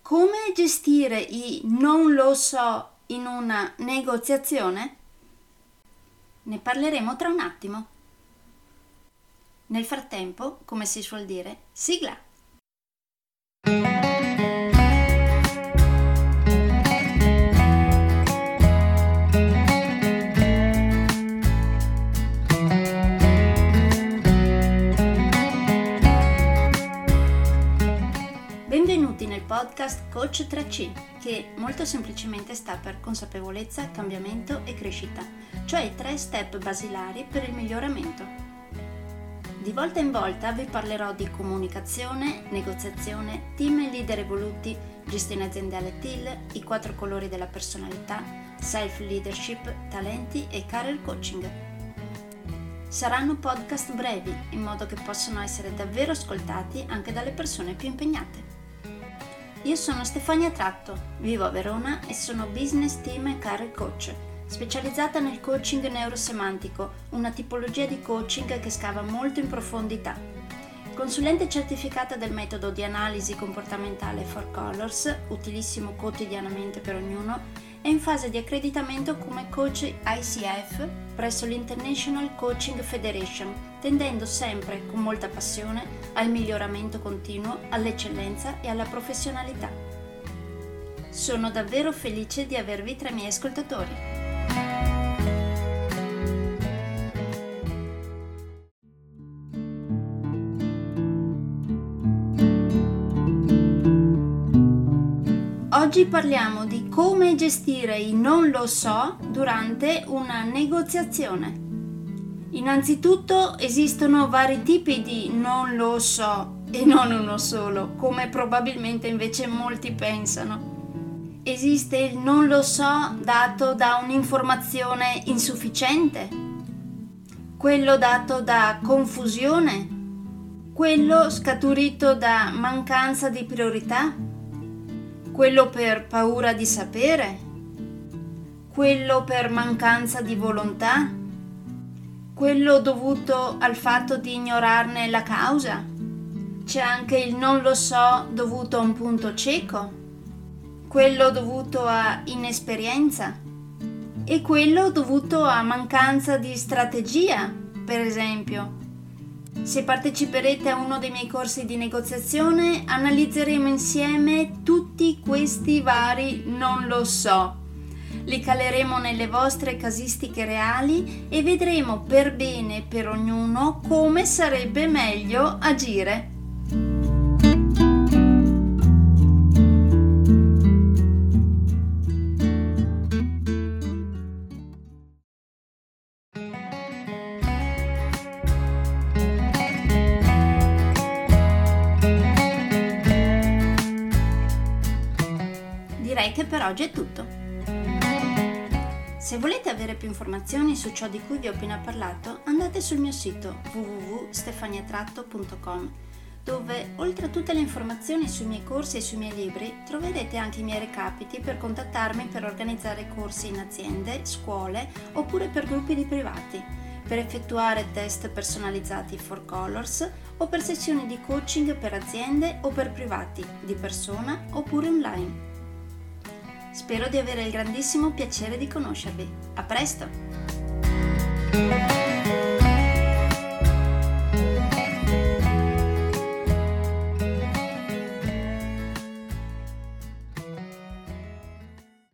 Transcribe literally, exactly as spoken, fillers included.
Come gestire i non lo so in una negoziazione? Ne parleremo tra un attimo. Nel frattempo, come si suol dire, sigla! Benvenuti nel podcast Coach tre C, che molto semplicemente sta per consapevolezza, cambiamento e crescita, cioè i tre step basilari per il miglioramento. Di volta in volta vi parlerò di comunicazione, negoziazione, team e leader evoluti, gestione aziendale T I L, i quattro colori della personalità, self-leadership, talenti e career coaching. Saranno podcast brevi, in modo che possano essere davvero ascoltati anche dalle persone più impegnate. Io sono Stefania Tratto, vivo a Verona e sono business team e career coach, specializzata nel coaching neurosemantico, una tipologia di coaching che scava molto in profondità. Consulente certificata del metodo di analisi comportamentale Four Colors, utilissimo quotidianamente per ognuno, è in fase di accreditamento come coach I C F presso l'International Coaching Federation, tendendo sempre con molta passione al miglioramento continuo, all'eccellenza e alla professionalità. Sono davvero felice di avervi tra i miei ascoltatori. Oggi parliamo di come gestire i non lo so durante una negoziazione. Innanzitutto esistono vari tipi di non lo so e non uno solo, come probabilmente invece molti pensano. Esiste il non lo so dato da un'informazione insufficiente, quello dato da confusione, quello scaturito da mancanza di priorità, quello per paura di sapere, quello per mancanza di volontà, quello dovuto al fatto di ignorarne la causa. C'è anche il non lo so dovuto a un punto cieco, quello dovuto a inesperienza e quello dovuto a mancanza di strategia, per esempio. Se parteciperete a uno dei miei corsi di negoziazione, analizzeremo insieme tutti questi vari non lo so. Li caleremo nelle vostre casistiche reali e vedremo per bene per ognuno come sarebbe meglio agire. Direi che per oggi è tutto. Se volete avere più informazioni su ciò di cui vi ho appena parlato, andate sul mio sito w w w punto stefania tratto punto com, dove oltre a tutte le informazioni sui miei corsi e sui miei libri troverete anche i miei recapiti per contattarmi per organizzare corsi in aziende, scuole oppure per gruppi di privati, per effettuare test personalizzati Four Colors o per sessioni di coaching per aziende o per privati, di persona oppure online. Spero di avere il grandissimo piacere di conoscervi. A presto!